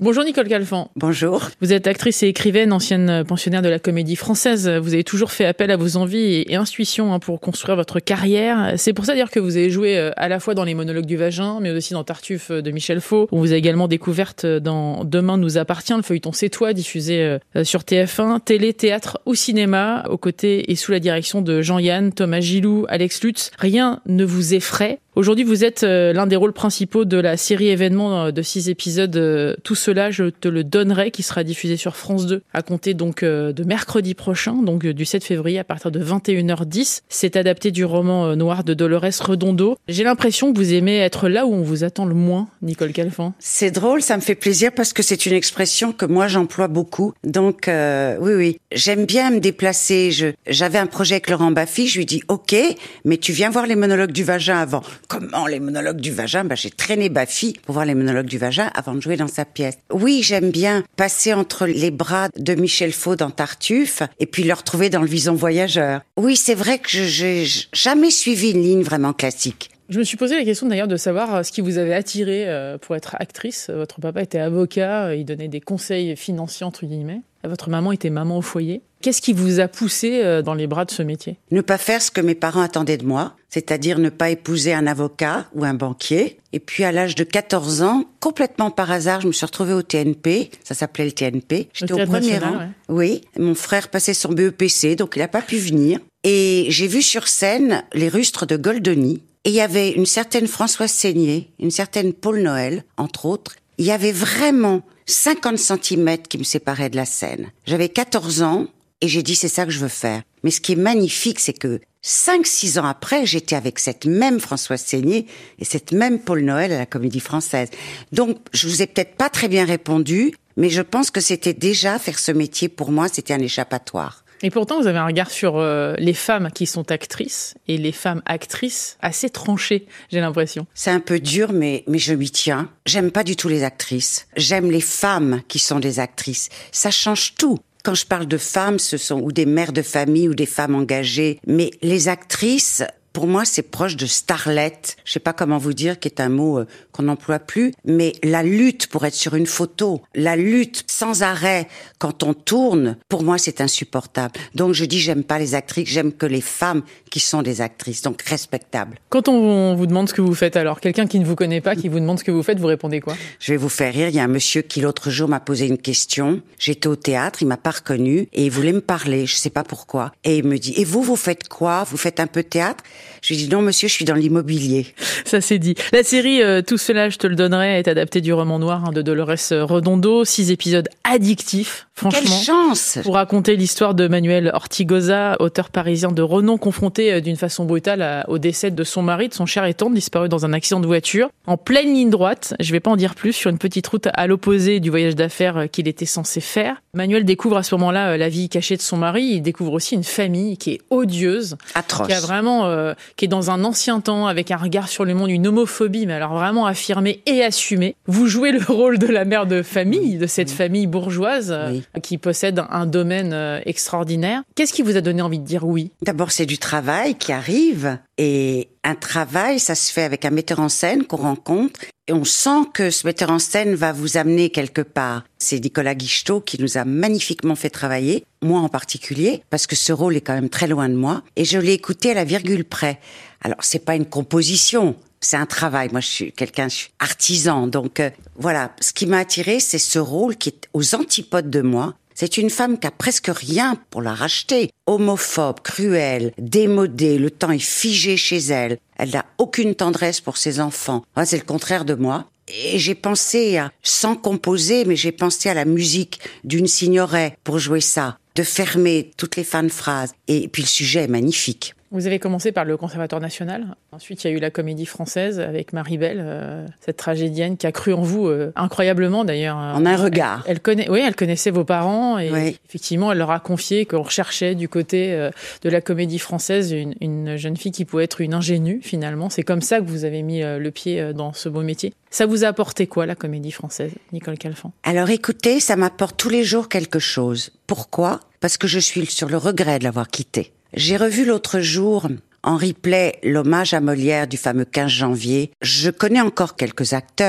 Bonjour Nicole Calfan. Bonjour. Vous êtes actrice et écrivaine, ancienne pensionnaire de la Comédie Française. Vous avez toujours fait appel à vos envies et intuitions pour construire votre carrière. C'est pour ça d'ailleurs que vous avez joué à la fois dans les monologues du vagin, mais aussi dans Tartuffe de Michel Faux. On vous a également découverte dans Demain nous appartient, le feuilleton C'est toi, diffusé sur TF1, télé, théâtre ou cinéma, aux côtés et sous la direction de Jean-Yann, Thomas Gilou, Alex Lutz. Rien ne vous effraie. Aujourd'hui, vous êtes l'un des rôles principaux de la série événement de 6 épisodes Tout cela, je te le donnerai, qui sera diffusé sur France 2 à compter donc de mercredi prochain, donc du 7 février à partir de 21h10. C'est adapté du roman noir de Dolores Redondo. J'ai l'impression que vous aimez être là où on vous attend le moins, Nicole Calfan. C'est drôle, ça me fait plaisir parce que c'est une expression que moi j'emploie beaucoup. Donc oui, j'aime bien me déplacer. J'avais un projet avec Laurent Baffy, je lui dis OK, mais tu viens voir les monologues du vagin avant. Comment les monologues du vagin? J'ai traîné Baffy pour voir les monologues du vagin avant de jouer dans sa pièce. Oui, j'aime bien passer entre les bras de Michel Faux dans Tartuffe et puis le retrouver dans Le Vison voyageur. Oui, c'est vrai que j'ai jamais suivi une ligne vraiment classique. Je me suis posé la question d'ailleurs de savoir ce qui vous avait attiré pour être actrice. Votre papa était avocat, il donnait des conseils financiers entre guillemets. Votre maman était maman au foyer. Qu'est-ce qui vous a poussé dans les bras de ce métier? Ne pas faire ce que mes parents attendaient de moi, c'est-à-dire ne pas épouser un avocat ou un banquier. Et puis à l'âge de 14 ans, complètement par hasard, je me suis retrouvée au TNP, ça s'appelait le TNP. J'étais au premier rang. Ouais. Oui, mon frère passait son BEPC, donc il n'a pas pu venir. Et j'ai vu sur scène les rustres de Goldoni. Et il y avait une certaine Françoise Seigné, une certaine Paul Noël, entre autres. Il y avait vraiment 50 centimètres qui me séparaient de la scène. J'avais 14 ans et j'ai dit c'est ça que je veux faire. Mais ce qui est magnifique, c'est que 5-6 ans après, j'étais avec cette même Françoise Seigné et cette même Paul Noël à la Comédie Française. Donc, je vous ai peut-être pas très bien répondu, mais je pense que c'était déjà faire ce métier pour moi, c'était un échappatoire. Et pourtant, vous avez un regard sur les femmes qui sont actrices et les femmes actrices assez tranché, j'ai l'impression. C'est un peu dur, mais je m'y tiens. J'aime pas du tout les actrices. J'aime les femmes qui sont des actrices. Ça change tout. Quand je parle de femmes, ce sont ou des mères de famille ou des femmes engagées. Mais les actrices, pour moi, c'est proche de starlette. Je sais pas comment vous dire, qui est un mot qu'on n'emploie plus. Mais la lutte pour être sur une photo, la lutte sans arrêt quand on tourne, pour moi, c'est insupportable. Donc, je dis, j'aime pas les actrices, j'aime que les femmes qui sont des actrices, donc respectables. Quand on vous demande ce que vous faites, alors, quelqu'un qui ne vous connaît pas, qui vous demande ce que vous faites, vous répondez quoi? Je vais vous faire rire. Il y a un monsieur qui, l'autre jour, m'a posé une question. J'étais au théâtre, il m'a pas reconnu et il voulait me parler. Je sais pas pourquoi. Et il me dit, et vous faites quoi? Vous faites un peu de théâtre? Je lui dis, non, monsieur, je suis dans l'immobilier. Ça, c'est dit. La série Tout cela, je te le donnerai est adaptée du roman noir de Dolores Redondo. 6 épisodes addictifs, franchement. Quelle chance! Pour raconter l'histoire de Manuel Ortigoza, auteur parisien de renom, confronté d'une façon brutale au décès de son mari, de son cher et tendre, disparu dans un accident de voiture. En pleine ligne droite, je vais pas en dire plus, sur une petite route à l'opposé du voyage d'affaires qu'il était censé faire. Manuel découvre à ce moment-là la vie cachée de son mari. Il découvre aussi une famille qui est odieuse. Atroce. Qui a vraiment... qui est dans un ancien temps, avec un regard sur le monde, une homophobie, mais alors vraiment affirmée et assumée. Vous jouez le rôle de la mère de famille, de cette famille bourgeoise qui possède un domaine extraordinaire. Qu'est-ce qui vous a donné envie de dire oui? D'abord, c'est du travail qui arrive. Et un travail, ça se fait avec un metteur en scène qu'on rencontre. Et on sent que ce metteur en scène va vous amener quelque part. C'est Nicolas Guichetot qui nous a magnifiquement fait travailler, moi en particulier, parce que ce rôle est quand même très loin de moi. Et je l'ai écouté à la virgule près. Alors, c'est pas une composition, c'est un travail. Moi, je suis artisan. Donc, voilà. Ce qui m'a attiré, c'est ce rôle qui est aux antipodes de moi. C'est une femme qui a presque rien pour la racheter. Homophobe, cruelle, démodée, le temps est figé chez elle. Elle n'a aucune tendresse pour ses enfants. Enfin, c'est le contraire de moi. Et j'ai pensé sans composer, mais j'ai pensé à la musique d'une Signoret pour jouer ça, de fermer toutes les fins de phrases. Et puis le sujet est magnifique. Vous avez commencé par le Conservatoire national. Ensuite, il y a eu la Comédie Française avec Marie Belle, cette tragédienne qui a cru en vous incroyabement d'ailleurs. En un regard. Elle connaissait vos parents et effectivement, elle leur a confié qu'on recherchait du côté de la Comédie Française une jeune fille qui pouvait être une ingénue finalement. C'est comme ça que vous avez mis le pied dans ce beau métier. Ça vous a apporté quoi, la Comédie Française, Nicole Calfan? Alors écoutez, ça m'apporte tous les jours quelque chose. Pourquoi? Parce que je suis sur le regret de l'avoir quittée. J'ai revu l'autre jour en replay l'hommage à Molière du fameux 15 janvier. Je connais encore quelques acteurs,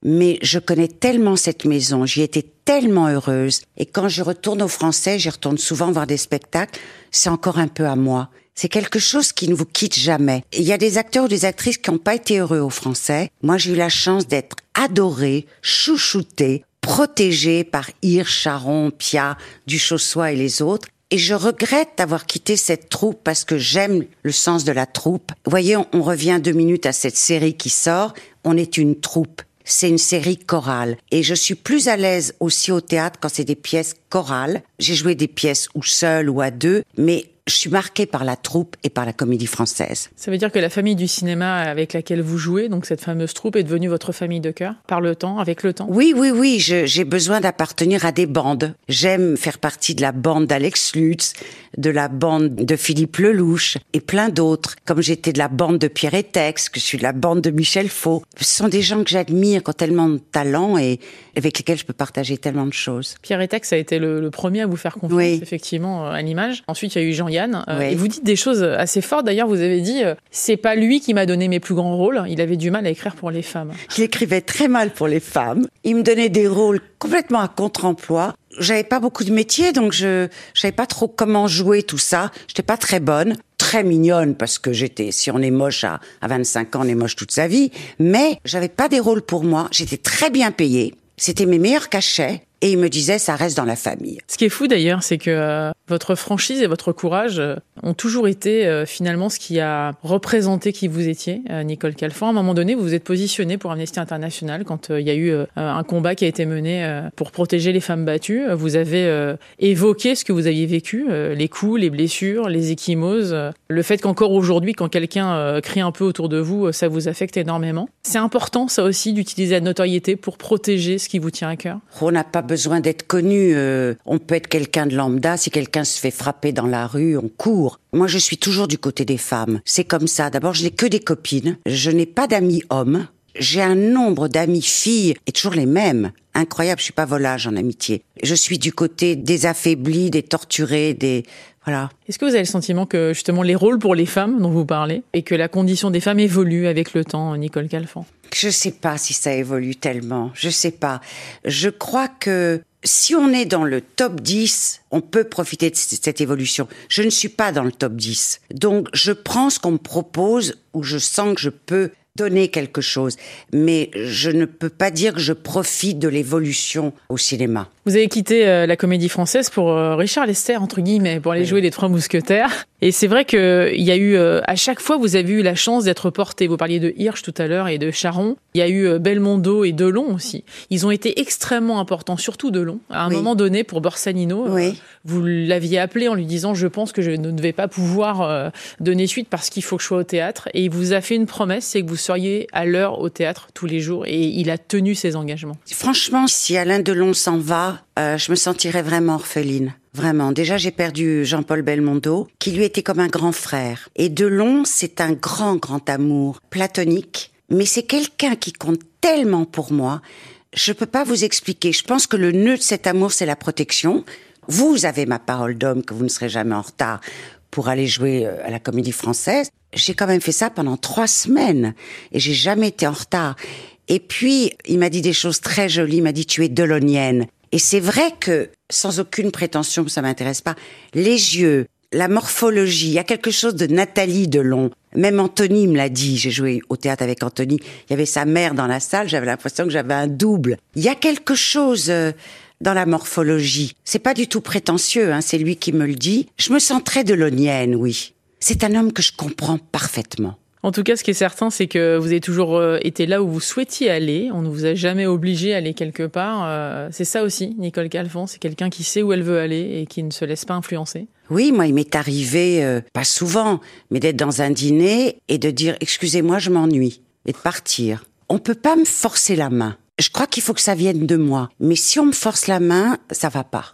mais je connais tellement cette maison, j'y étais tellement heureuse. Et quand je retourne au Français, j'y retourne souvent voir des spectacles, c'est encore un peu à moi. C'est quelque chose qui ne vous quitte jamais. Il y a des acteurs ou des actrices qui n'ont pas été heureux au Français. Moi, j'ai eu la chance d'être adorée, chouchoutée, protégée par Hirsch, Charon, Pia, Duchossois et les autres. Et je regrette d'avoir quitté cette troupe parce que j'aime le sens de la troupe. Vous voyez, on revient 2 minutes à cette série qui sort. On est une troupe. C'est une série chorale. Et je suis plus à l'aise aussi au théâtre quand c'est des pièces chorales. J'ai joué des pièces ou seule ou à deux, mais je suis marquée par la troupe et par la Comédie Française. Ça veut dire que la famille du cinéma avec laquelle vous jouez, donc cette fameuse troupe, est devenue votre famille de cœur par le temps, avec le temps? Oui, j'ai besoin d'appartenir à des bandes. J'aime faire partie de la bande d'Alex Lutz, de la bande de Philippe Lelouch et plein d'autres. Comme j'étais de la bande de Pierre Etex, que je suis de la bande de Michel Faux. Ce sont des gens que j'admire, qui ont tellement de talent et avec lesquels je peux partager tellement de choses. Pierre Etex a été le premier à vous faire confiance, oui, effectivement, à l'image. Ensuite, il y a eu Jean-Yann. Oui. Et vous dites des choses assez fortes. D'ailleurs, vous avez dit, c'est pas lui qui m'a donné mes plus grands rôles. Il avait du mal à écrire pour les femmes. Je l'écrivais très mal pour les femmes. Il me donnait des rôles complètement à contre-emploi. J'avais pas beaucoup de métier, donc je savais pas trop comment jouer tout ça. J'étais pas très bonne, très mignonne, parce que si on est moche à 25 ans, on est moche toute sa vie. Mais j'avais pas des rôles pour moi. J'étais très bien payée. C'était mes meilleurs cachets. Et il me disait, ça reste dans la famille. Ce qui est fou d'ailleurs, c'est que votre franchise et votre courage ont toujours été finalement ce qui a représenté qui vous étiez, Nicole Calfan. À un moment donné, vous vous êtes positionnée pour Amnesty International quand il y a eu un combat qui a été mené pour protéger les femmes battues. Vous avez évoqué ce que vous aviez vécu, les coups, les blessures, les ecchymoses, le fait qu'encore aujourd'hui, quand quelqu'un crie un peu autour de vous, ça vous affecte énormément. C'est important, ça aussi, d'utiliser la notoriété pour protéger ce qui vous tient à cœur. On n'a pas besoin d'être connu. On peut être quelqu'un de lambda. Si quelqu'un se fait frapper dans la rue, on court. Moi, je suis toujours du côté des femmes. C'est comme ça. D'abord, je n'ai que des copines. Je n'ai pas d'amis hommes. J'ai un nombre d'amis filles et toujours les mêmes. Incroyable, je suis pas volage en amitié. Je suis du côté des affaiblis, des torturés, voilà. Est-ce que vous avez le sentiment que justement les rôles pour les femmes dont vous parlez et que la condition des femmes évolue avec le temps, Nicole Calfan? Je sais pas si ça évolue tellement. Je sais pas. Je crois que si on est dans le top 10, on peut profiter de cette évolution. Je ne suis pas dans le top 10. Donc, je prends ce qu'on me propose où je sens que je peux donner quelque chose. Mais je ne peux pas dire que je profite de l'évolution au cinéma. Vous avez quitté la Comédie Française pour Richard Lester, entre guillemets, pour aller jouer les Trois Mousquetaires. Et c'est vrai qu'il y a eu, à chaque fois, vous avez eu la chance d'être porté. Vous parliez de Hirsch tout à l'heure et de Charon. Il y a eu Belmondo et Delon aussi. Ils ont été extrêmement importants, surtout Delon. À un moment donné, pour Borsalino, vous l'aviez appelé en lui disant « Je pense que je ne vais pas pouvoir donner suite parce qu'il faut que je sois au théâtre ». Et il vous a fait une promesse, c'est que vous seriez à l'heure au théâtre tous les jours. Et il a tenu ses engagements. Franchement, si Alain Delon s'en va, je me sentirais vraiment orpheline. Vraiment. Déjà, j'ai perdu Jean-Paul Belmondo, qui lui était comme un grand frère. Et Delon, c'est un grand, grand amour platonique. Mais c'est quelqu'un qui compte tellement pour moi. Je peux pas vous expliquer. Je pense que le nœud de cet amour, c'est la protection. Vous avez ma parole d'homme que vous ne serez jamais en retard pour aller jouer à la Comédie Française. J'ai quand même fait ça pendant 3 semaines. Et j'ai jamais été en retard. Et puis, il m'a dit des choses très jolies. Il m'a dit, tu es delonienne. Et c'est vrai que, sans aucune prétention, ça m'intéresse pas, les yeux, la morphologie, il y a quelque chose de Nathalie Delon. Même Anthony me l'a dit, j'ai joué au théâtre avec Anthony, il y avait sa mère dans la salle, j'avais l'impression que j'avais un double. Il y a quelque chose dans la morphologie. C'est pas du tout prétentieux, c'est lui qui me le dit. Je me sens très delonienne, oui. C'est un homme que je comprends parfaitement. En tout cas, ce qui est certain, c'est que vous avez toujours été là où vous souhaitiez aller. On ne vous a jamais obligé à aller quelque part. C'est ça aussi, Nicole Calfan. C'est quelqu'un qui sait où elle veut aller et qui ne se laisse pas influencer. Oui, moi, il m'est arrivé, pas souvent, mais d'être dans un dîner et de dire « Excusez-moi, je m'ennuie » et de partir. On peut pas me forcer la main. Je crois qu'il faut que ça vienne de moi. Mais si on me force la main, ça va pas.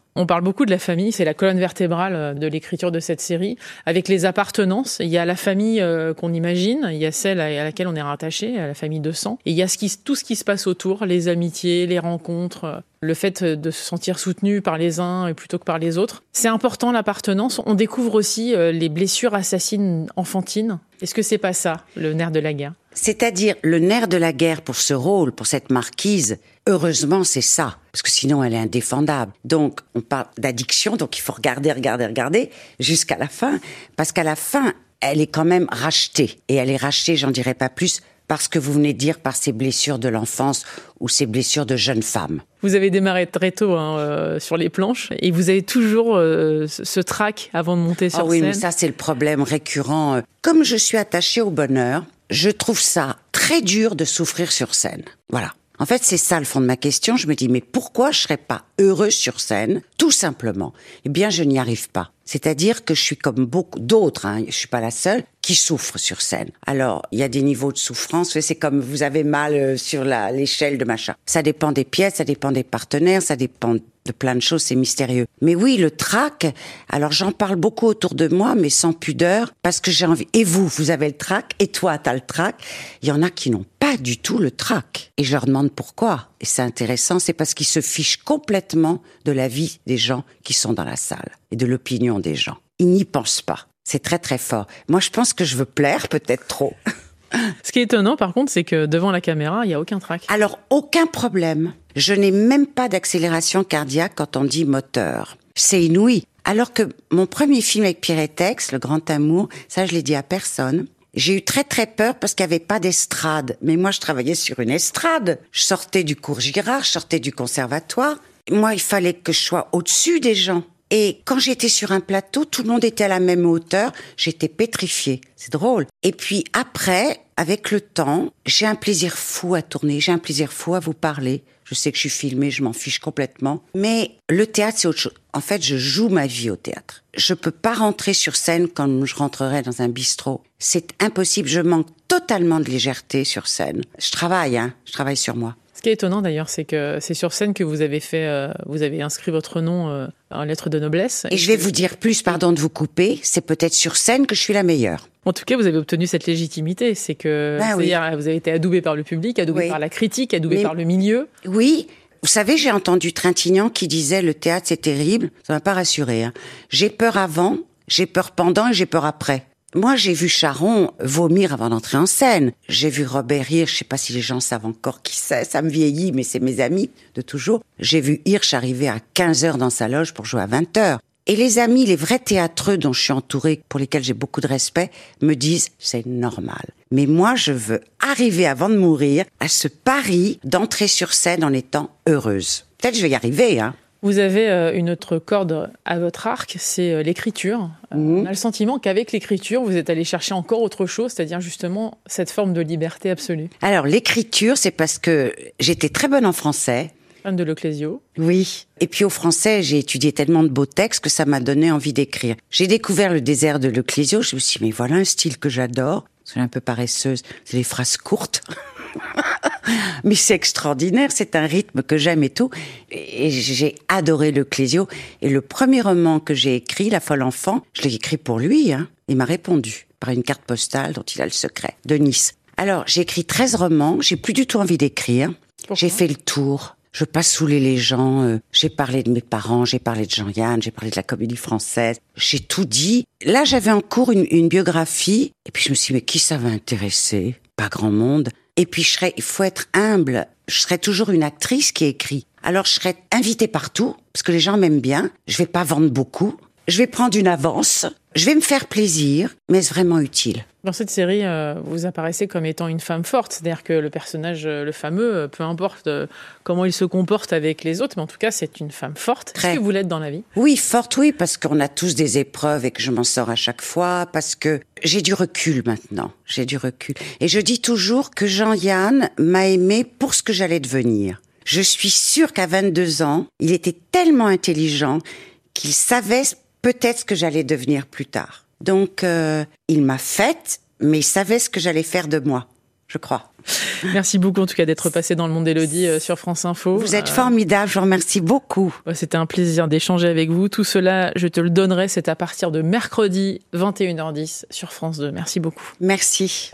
On parle beaucoup de la famille, c'est la colonne vertébrale de l'écriture de cette série. Avec les appartenances, il y a la famille qu'on imagine, il y a celle à laquelle on est rattaché, à la famille de sang. Et il y a tout ce qui se passe autour, les amitiés, les rencontres, le fait de se sentir soutenu par les uns plutôt que par les autres. C'est important l'appartenance. On découvre aussi les blessures assassines enfantines. Est-ce que c'est pas ça, le nerf de la guerre ? C'est-à-dire, le nerf de la guerre pour ce rôle, pour cette marquise, heureusement, c'est ça. Parce que sinon, elle est indéfendable. Donc, on parle d'addiction, donc il faut regarder, jusqu'à la fin. Parce qu'à la fin, elle est quand même rachetée. Et elle est rachetée, j'en dirai pas plus, parce que vous venez de dire par ses blessures de l'enfance ou ses blessures de jeune femme. Vous avez démarré très tôt sur les planches et vous avez toujours ce trac avant de monter sur scène. Ah oui, mais ça, c'est le problème récurrent. Comme je suis attachée au bonheur, je trouve ça très dur de souffrir sur scène. Voilà. En fait, c'est ça le fond de ma question. Je me dis, mais pourquoi je serais pas heureuse sur scène? Tout simplement. Eh bien, je n'y arrive pas. C'est-à-dire que je suis comme beaucoup d'autres, je suis pas la seule, qui souffre sur scène. Alors, il y a des niveaux de souffrance. C'est comme vous avez mal sur l'échelle de machin. Ça dépend des pièces, ça dépend des partenaires, ça dépend de plein de choses, c'est mystérieux. Mais oui, le trac, alors j'en parle beaucoup autour de moi, mais sans pudeur, parce que j'ai envie. Et vous avez le trac, et toi, t'as le trac. Il y en a qui n'ont pas du tout le trac. Et je leur demande pourquoi. Et c'est intéressant, c'est parce qu'ils se fichent complètement de la vie des gens qui sont dans la salle et de l'opinion des gens. Ils n'y pensent pas. C'est très très fort. Moi, je pense que je veux plaire, peut-être trop. Ce qui est étonnant, par contre, c'est que devant la caméra, il n'y a aucun trac. Alors, aucun problème. Je n'ai même pas d'accélération cardiaque quand on dit moteur. C'est inouï. Alors que mon premier film avec Pierre Etex, Le Grand Amour, ça, je l'ai dit à personne. J'ai eu très très peur parce qu'il n'y avait pas d'estrade. Mais moi, je travaillais sur une estrade. Je sortais du cours Girard, je sortais du conservatoire. Moi, il fallait que je sois au-dessus des gens. Et quand j'étais sur un plateau, tout le monde était à la même hauteur. J'étais pétrifiée. C'est drôle. Et puis après, avec le temps, j'ai un plaisir fou à tourner. J'ai un plaisir fou à vous parler. Je sais que je suis filmée, je m'en fiche complètement. Mais le théâtre, c'est autre chose. En fait, je joue ma vie au théâtre. Je peux pas rentrer sur scène comme je rentrerais dans un bistrot. C'est impossible. Je manque totalement de légèreté sur scène. Je travaille sur moi. Ce qui est étonnant d'ailleurs, c'est que c'est sur scène que vous avez inscrit votre nom en lettres de noblesse. Et je vais vous dire plus, pardon de vous couper, c'est peut-être sur scène que je suis la meilleure. En tout cas, vous avez obtenu cette légitimité. C'est que c'est-à-dire, vous avez été adoubé par le public, adoubé par la critique, adoubé par le milieu. Oui. Vous savez, j'ai entendu Trintignant qui disait le théâtre c'est terrible. Ça m'a pas rassuré. J'ai peur avant, j'ai peur pendant et j'ai peur après. Moi, j'ai vu Charon vomir avant d'entrer en scène. J'ai vu Robert Hirsch, je sais pas si les gens savent encore qui c'est, ça me vieillit, mais c'est mes amis de toujours. J'ai vu Hirsch arriver à 15h dans sa loge pour jouer à 20h. Et les amis, les vrais théâtreux dont je suis entourée, pour lesquels j'ai beaucoup de respect, me disent c'est normal. Mais moi, je veux arriver avant de mourir à ce pari d'entrer sur scène en étant heureuse. Peut-être je vais y arriver, Vous avez une autre corde à votre arc, c'est l'écriture. On a le sentiment qu'avec l'écriture, vous êtes allé chercher encore autre chose, c'est-à-dire justement cette forme de liberté absolue. Alors, l'écriture, c'est parce que j'étais très bonne en français. Fan de Le Clésio. Oui. Et puis au français, j'ai étudié tellement de beaux textes que ça m'a donné envie d'écrire. J'ai découvert le désert de Le Clésio, je me suis dit, mais voilà un style que j'adore. Je suis un peu paresseuse, c'est les phrases courtes. Mais c'est extraordinaire, c'est un rythme que j'aime et tout. Et j'ai adoré Le Clésio. Et le premier roman que j'ai écrit, La folle enfant, je l'ai écrit pour lui. Il m'a répondu par une carte postale dont il a le secret, de Nice. Alors, j'ai écrit 13 romans, j'ai plus du tout envie d'écrire. Pourquoi ? J'ai fait le tour. Je veux pas saouler les gens. J'ai parlé de mes parents, j'ai parlé de Jean-Yann, j'ai parlé de la Comédie Française. J'ai tout dit. Là, j'avais en cours une biographie. Et puis je me suis dit, mais qui ça va intéresser ? Pas grand monde. Et puis il faut être humble. Je serai toujours une actrice qui écrit. Alors je serai invitée partout, parce que les gens m'aiment bien. Je vais pas vendre beaucoup. Je vais prendre une avance. Je vais me faire plaisir, mais est-ce vraiment utile ? Dans cette série, vous apparaissez comme étant une femme forte. C'est-à-dire que le personnage, le fameux, peu importe comment il se comporte avec les autres, mais en tout cas, c'est une femme forte. Est-ce que vous l'êtes dans la vie ? Oui, forte, oui, parce qu'on a tous des épreuves et que je m'en sors à chaque fois, parce que j'ai du recul maintenant. J'ai du recul. Et je dis toujours que Jean-Yann m'a aimée pour ce que j'allais devenir. Je suis sûre qu'à 22 ans, il était tellement intelligent qu'il savait peut-être ce que j'allais devenir plus tard. Donc, il m'a faite, mais il savait ce que j'allais faire de moi, je crois. Merci beaucoup en tout cas d'être passé dans le monde d'Élodie sur France Info. Vous êtes formidable, je vous remercie beaucoup. C'était un plaisir d'échanger avec vous. Tout cela, je te le donnerai, c'est à partir de mercredi 21h10 sur France 2. Merci beaucoup. Merci.